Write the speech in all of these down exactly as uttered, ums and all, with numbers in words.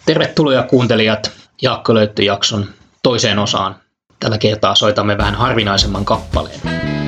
Tervetuloa kuuntelijat Jaakko Löyttö-jakson toiseen osaan. Tällä kertaa soitamme vähän harvinaisemman kappaleen.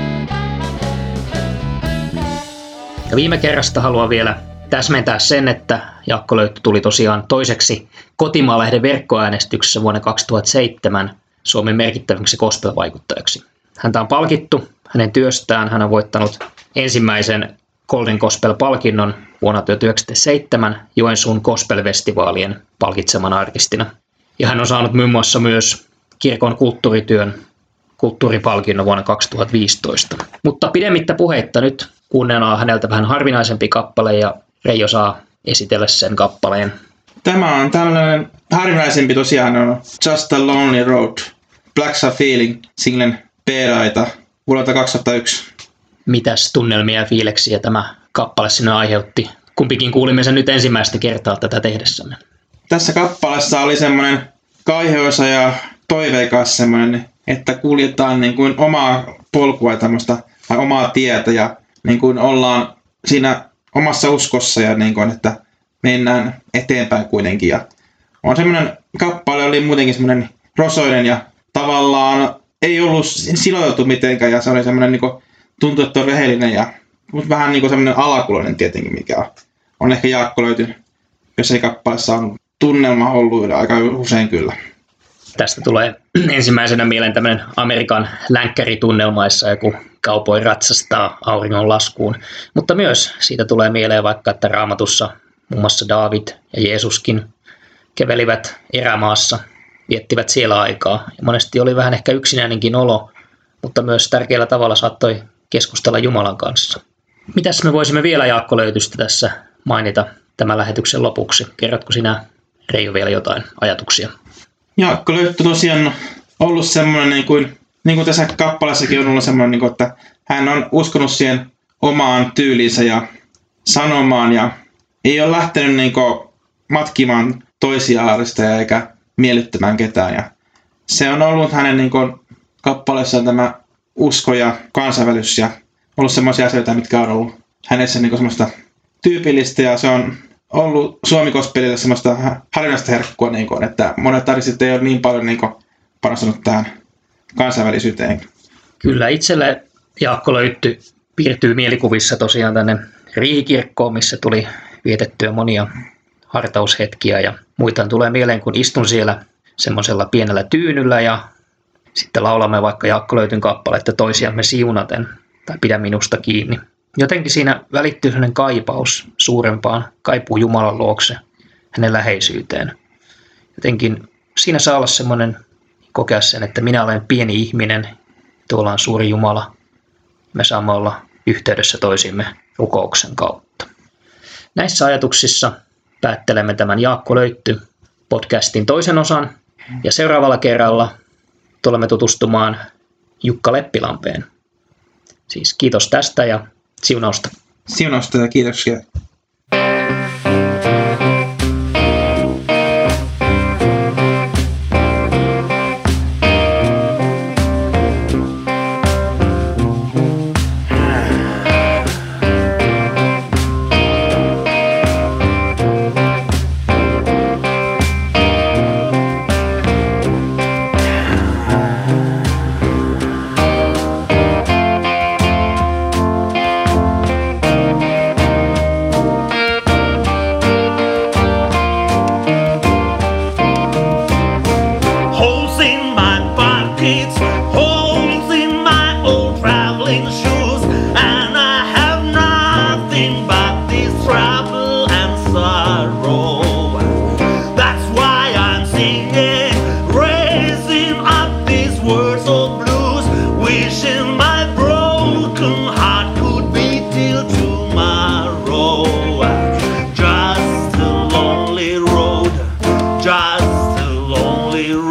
Ja viime kerrasta haluan vielä täsmentää sen, että Jaakko Löyttö tuli tosiaan toiseksi Kotimaa-lehden verkkoäänestyksessä vuonna kaksituhattaseitsemän Suomen merkittävimmäksi gospel-vaikuttajaksi. Häntä on palkittu hänen työstään. Hän on voittanut ensimmäisen Golden Gospel-palkinnon vuonna tuhatyhdeksänsataaseitsemän Joensuun gospel-festivaalien palkitsemana artistina. Ja hän on saanut muun muassa myös kirkon kulttuurityön kulttuuripalkinnon vuonna kaksituhattaviisitoista. Mutta pidemmittä puheitta nyt kuunnellaan häneltä vähän harvinaisempi kappale ja Reijo saa esitellä sen kappaleen. Tämä on tällainen harvinaisempi tosiaan on Just a Lonely Road, Black Sabbath Feeling singlen B-raita vuodelta kaksituhattayksi. Mitäs tunnelmia ja fiileksiä tämä kappale sinne aiheutti? Kumpikin kuulimme sen nyt ensimmäistä kertaa tätä tehdessämme. Tässä kappaleessa oli semmoinen kaihoisa ja toiveikas semmoinen, että kuljetaan niin kuin omaa polkua tämmöistä, tai omaa tietä ja niin kuin ollaan siinä omassa uskossa ja niin kuin, että mennään eteenpäin kuitenkin. Ja on semmoinen kappale, oli muutenkin semmoinen rosoinen ja tavallaan ei ollut siloteltu mitenkään ja se oli semmoinen niin kuin tuntuu, että on rehellinen ja vähän niin kuin semmoinen alakuloinen tietenkin, mikä on, on ehkä Jaakko Löytyn, jos ei kappaleessa on tunnelma ollut aika usein kyllä. Tästä tulee ensimmäisenä mieleen tämmöinen Amerikan länkkäritunnelmaissa, joku kaupoi ratsastaa auringon laskuun. Mutta myös siitä tulee mieleen vaikka, että Raamatussa muun muassa Daavid ja Jeesuskin kävelivät erämaassa, viettivät siellä aikaa. Ja monesti oli vähän ehkä yksinäinenkin olo, mutta myös tärkeällä tavalla saattoi keskustella Jumalan kanssa. Mitäs me voisimme vielä Jaakko Löytystä tässä mainita tämän lähetyksen lopuksi? Kerrotko sinä, Reijo, vielä jotain ajatuksia? Jaakko Löyttö tosiaan ollut semmoinen, niin kuin, niin kuin tässä kappaleessakin on ollut semmoinen, niin kuin, että hän on uskonut siihen omaan tyyliinsä ja sanomaan ja ei ole lähtenyt niin kuin, matkimaan toisia artisteja eikä miellyttämään ketään. Ja se on ollut hänen niin kuin, kappaleessaan tämä usko ja kansainvälisyys ja ollut semmoisia asioita, mitkä on ollut hänessä niin kuin, semmoista tyypillistä ja se on ollut Suomi-gospelille semmoista harvinaista herkkua, niin kuin, että monet artistit ei ole niin paljon niin kuin, panostanut tähän kansainvälisyyteen. Kyllä, itselle Jaakko Löytty piirtyy mielikuvissa tosiaan tänne Riihikirkkoon, missä tuli vietettyä monia hartaushetkiä ja muita tulee mieleen, kun istun siellä semmoisella pienellä tyynyllä ja sitten laulamme vaikka Jaakko Löytyn kappaletta toisiamme siunaten tai pidä minusta kiinni. Jotenkin siinä välittyy sellainen kaipaus suurempaan, kaipuu Jumalan luokse, hänen läheisyyteen. Jotenkin siinä saa olla semmoinen, kokea sen, että minä olen pieni ihminen, tuolla on suuri Jumala. Me saamme olla yhteydessä toisimme rukouksen kautta. Näissä ajatuksissa päättelemme tämän Jaakko Löytty podcastin toisen osan. Ja seuraavalla kerralla tulemme tutustumaan Jukka Leppilampeen. Siis kiitos tästä ja siunausta. Siunausta ja kiitoksia. Just a lonely